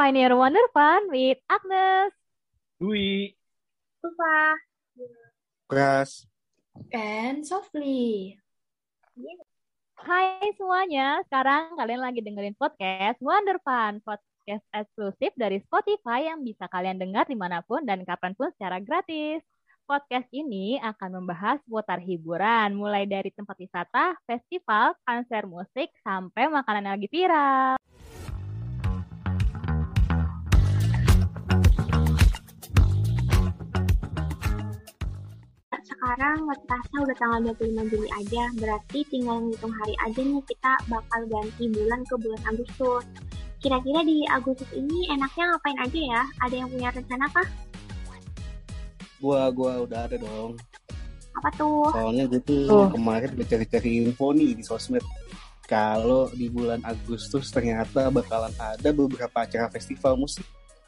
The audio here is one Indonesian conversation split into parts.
Pioneer Wonder Fun with Agnes. Dwi, Tufa, Pras, And softly. Hai semuanya, sekarang kalian lagi dengerin podcast Wonder Fun, podcast eksklusif dari Spotify yang bisa kalian dengar dimanapun dan kapanpun secara gratis. Podcast ini akan membahas seputar hiburan, mulai dari tempat wisata, festival, konser musik, sampai makanan yang lagi viral. sekarang nggak terasa udah tanggal 25 Juli aja, berarti tinggal ngitung hari aja nih kita bakal ganti bulan ke bulan Agustus. Kira-kira di Agustus ini enaknya ngapain aja ya? Ada yang punya rencana kah? gua udah ada dong. Apa tuh? Soalnya gue tuh kemarin udah cari-cari info nih di sosmed. Kalau di bulan Agustus ternyata bakalan ada beberapa acara festival musik.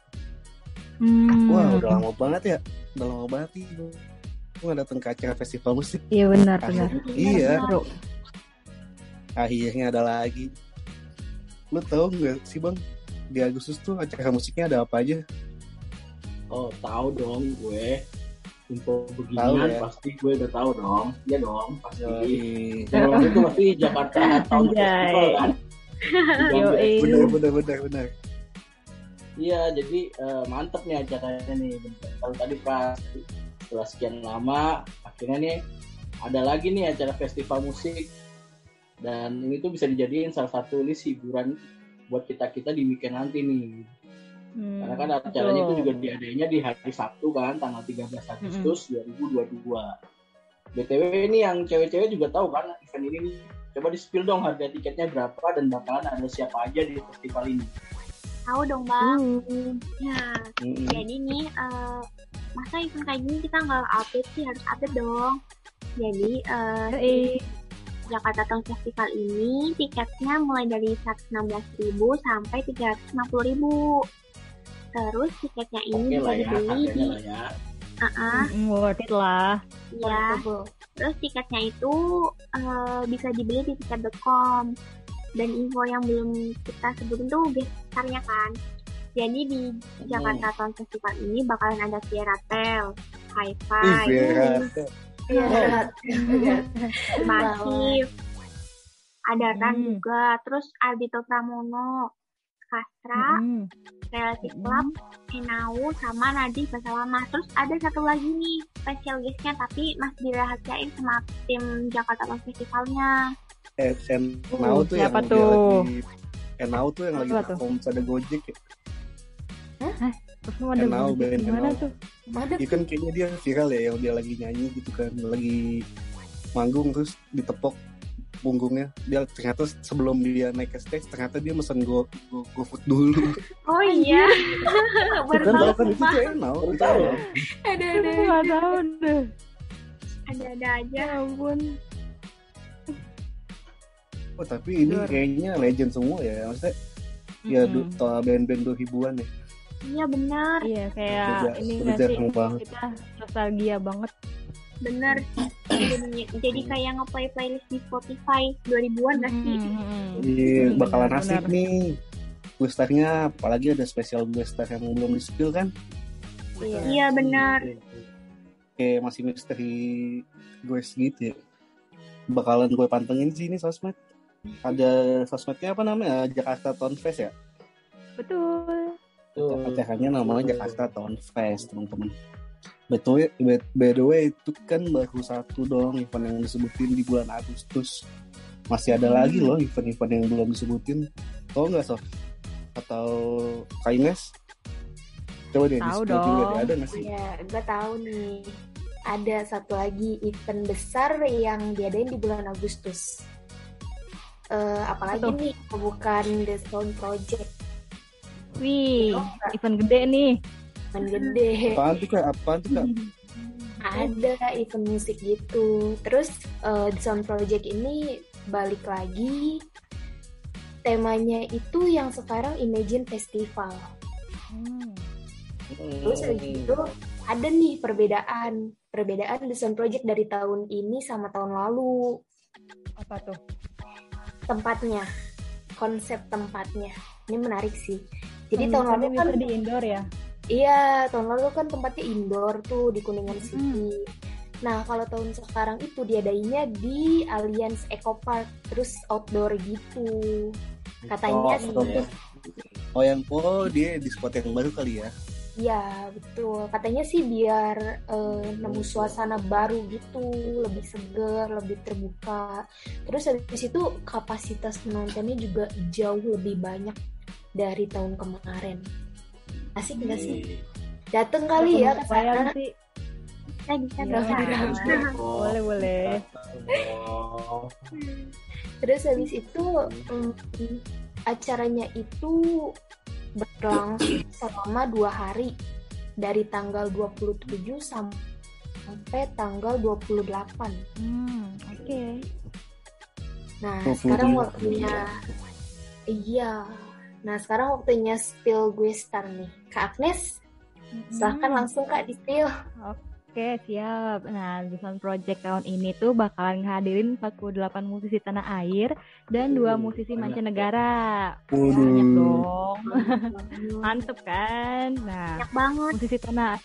Wah, udah lama banget ya. Udah lama banget nih gue nggak datang ke acara festival musik. Iya benar. Iya. Akhirnya ada lagi. Lu tahu nggak sih bang, di Agustus tuh acara musiknya ada apa aja? Oh, tahu dong gue. Info beginian Tahu ya? pasti gue udah tahu dong. Iya dong, pasti. Yoi. Kalau itu pasti Jakarta Town Festival kan. Bener. Iya, jadi mantep nih acaranya nih. Kalau tadi pas setelah sekian lama, akhirnya nih ada lagi nih acara festival musik. Dan ini tuh bisa dijadiin salah satu list hiburan buat kita di weekend nanti nih. Karena kan acaranya itu juga diadainnya di hari Sabtu kan, tanggal 13 Agustus 2022. BTW ini yang cewek-cewek juga tahu kan event ini nih. Coba di-spill dong harga tiketnya berapa dan bakalan ada siapa aja di festival ini. Tahu dong bang. Nah, jadi nih masa event kayak gini kita nggak update sih, harus update dong. Jadi Jakarta Town Festival ini tiketnya mulai dari 116.000 sampai 350.000. Terus tiketnya ini bisa dibeli di worth it lah. ya. Terus tiketnya itu bisa dibeli di tiket.com. Dan info yang belum kita sebutin tuh besarnya kan. Jadi di Jakarta Town Festival ini bakalan ada Sierra Tel, Hi-Fi, Masif, ada Ran juga, terus Ardhito Pramono, Kastra, Reality Club, Enau, sama Nadie Basalamah. Terus ada satu lagi nih special guest-nya, tapi masih dirahasiain sama tim Jakarta Town Festivalnya. Enau tuh yang siapa dia tuh? lagi Enau tuh yang lagi Apa tuh? perform pada Gojek ya. Terus mau ada Enau, band gimana Enau. tuh? Iya kan kayaknya dia viral ya, yang dia lagi nyanyi gitu kan, lagi manggung terus ditepok punggungnya. Dia ternyata sebelum dia naik ke stage ternyata dia mesen GoFood dulu. Oh iya. Baru Kan tahu tahu kan itu tuh Enau, itu Enau. Ada Nggak tahu deh. Ada aja. Ya ampun. Oh tapi ini kayaknya legend semua ya, maksudnya ya band-band 2000-an ya. Iya benar. Iya kayak Udah- ini udah nggak sih, jarang banget. kita nostalgia banget. Bener. Jadi kayak nge-play playlist di Spotify 2000-an gak sih? Iya, bakalan asik benar. nih. Guestarnya, apalagi ada spesial guestar yang belum di-spill kan. Iya benar. Kayak masih misteri guest gitu ya. Bakalan gue pantengin sih ini sosmed. Ada sosmednya apa namanya? Jakarta Town Fest ya? Betul. Acaranya namanya Jakarta Town Fest, teman-teman. By the way, itu kan baru satu dong event yang disebutin di bulan Agustus. Masih ada lagi loh event-event yang belum disebutin. Tahu nggak, Sof? Atau Kak Ines? Coba deh Tahu di-spill juga dong. deh, ada nggak sih? Ya, gue tahu nih. Ada satu lagi event besar yang diadain di bulan Agustus. Apalagi Apa tuh? nih, bukan The Sound Project. Wih, event gede nih. Event gede. Apaan tuh Kak? Ada event musik gitu. Terus The Sound Project ini balik lagi. Temanya itu yang sekarang Imagine Festival. Terus gitu ada nih perbedaan The Sound Project dari tahun ini sama tahun lalu. Apa tuh? Tempatnya, konsep tempatnya ini menarik sih. Jadi tahun lalu kan bisa di indoor ya? Iya, tahun lalu kan tempatnya indoor tuh di Kuningan City. Nah, kalau tahun sekarang itu diadainnya di Allianz Eco Park, terus outdoor gitu. Katanya sih. Dia di spot yang baru kali ya? Iya, betul. Katanya sih biar nemu suasana baru gitu, lebih segar, lebih terbuka. Terus habis itu kapasitas penontonnya juga jauh lebih banyak dari tahun kemarin. Asik nggak sih? Dateng kali ya ke sana. Bisa boleh. Terus habis itu acaranya itu berlangsung selama 2 hari dari tanggal 27 sampai tanggal 28. Oke. Nah, sekarang waktunya Nah, sekarang waktunya spill gue star nih. Kak Agnes, silahkan langsung Kak di spill. Oke, siap. Nah, Zusan Project tahun ini tuh bakalan ngadirin 48 musisi tanah air dan 2 musisi mancanegara. Banyak dong. Mantep kan? Nah, banyak banget. Musisi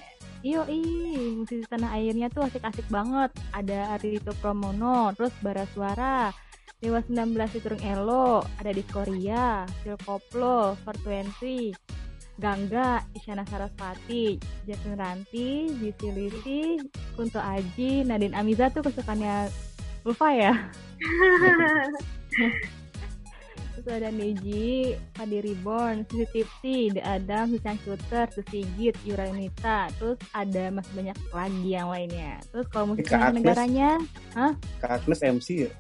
tanah airnya tuh asik-asik banget. Ada Ardhito Pramono, terus Bara Suara, Dewa 19 featuring Elo, ada Diskoria, Phil Koplo, 420, Gangga, Isyana Sarasvati, Jason Ranti, Gisi Lisi, Kunto Aji, Nadine Amiza tuh kesukaannya Ulfa ya. Terus ada Neji, Padi Reborn, Sisi Tipsy, The Adam, Susang Shooter, Susigit, Yura Yunita. Terus ada masih banyak lagi yang lainnya. Terus kalau musik negaranya, Kak Agnes MC ya?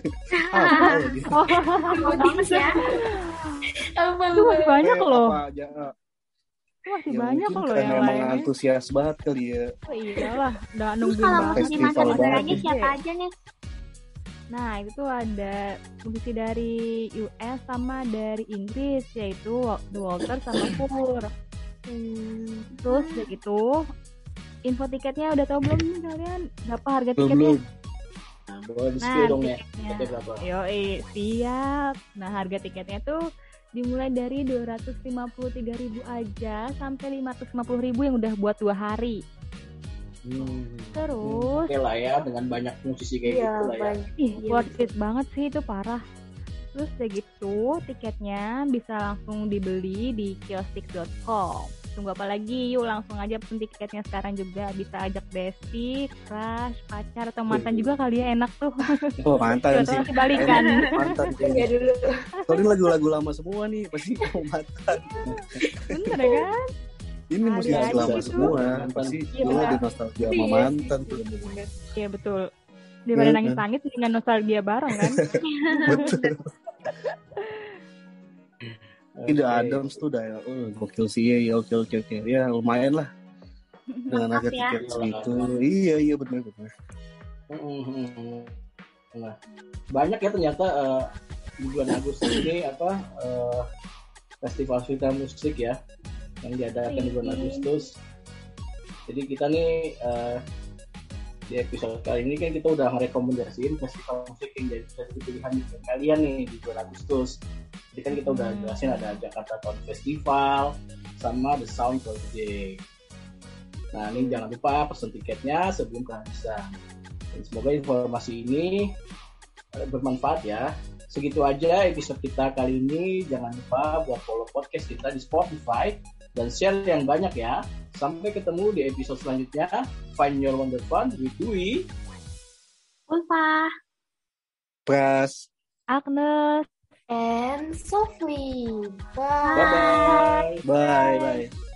Banget ya. Itu masih banyak loh. Masih banyak loh yang emang lainnya. Antusias banget kali ya. Oh iyalah, udah nungguin Kalau banget. musisi mancanegaranya siapa aja nih? Nah, itu tuh ada musisi dari US sama dari Inggris, yaitu The Walter sama Pur. Terus udah gitu, info tiketnya udah tau belum nih kalian? Berapa harga tiketnya? Boleh Nah, dong ya. Yoi, siap. Nah, harga tiketnya tuh dimulai dari 253.000 aja sampai 550.000 yang udah buat 2 hari. Terus oke lah ya, dengan banyak musisi kayak gitu lah ya. Worth it banget sih, itu parah. Terus udah gitu, tiketnya bisa langsung dibeli di kiostik.com. Tunggu apa lagi? Yuk langsung aja pesen tiketnya sekarang juga. Bisa ajak bestie, crush, pacar, atau mantan juga kali ya, enak tuh. Oh, mantan sih. Balikan. Mantan ya dulu. Soalnya lagu-lagu lama semua nih, pasti mau mantan. Bener kan? Ini musik lama semua, pasti lu ada nostalgia sama mantan tuh. Iya betul. Daripada nangis-nangis dengan nostalgia bareng kan. Betul. Tidak Adams tuh udah gokil sih ya, oke. Ya lumayan lah. Dengan harga tiket segitu. Iya benar. Nah, banyak ya ternyata di bulan Agustus ini festival cerita musik ya yang diadakan di bulan Agustus. Jadi kita nih di episode kali ini kan kita udah merekomendasiin festival musik yang jadi pilihan kalian nih di bulan Agustus. Jadi kan kita udah jelasin ada Jakarta Town Festival sama The Sound Project. Nah ini jangan lupa pesen tiketnya sebelum kehabisan. Dan semoga informasi ini bermanfaat ya. Segitu aja episode kita kali ini. Jangan lupa buat follow podcast kita di Spotify dan share yang banyak ya. Sampai ketemu di episode selanjutnya. Find your wonder fun with Dwi, Ulfa, Pras, Agnes, and Sophie. Bye. Bye.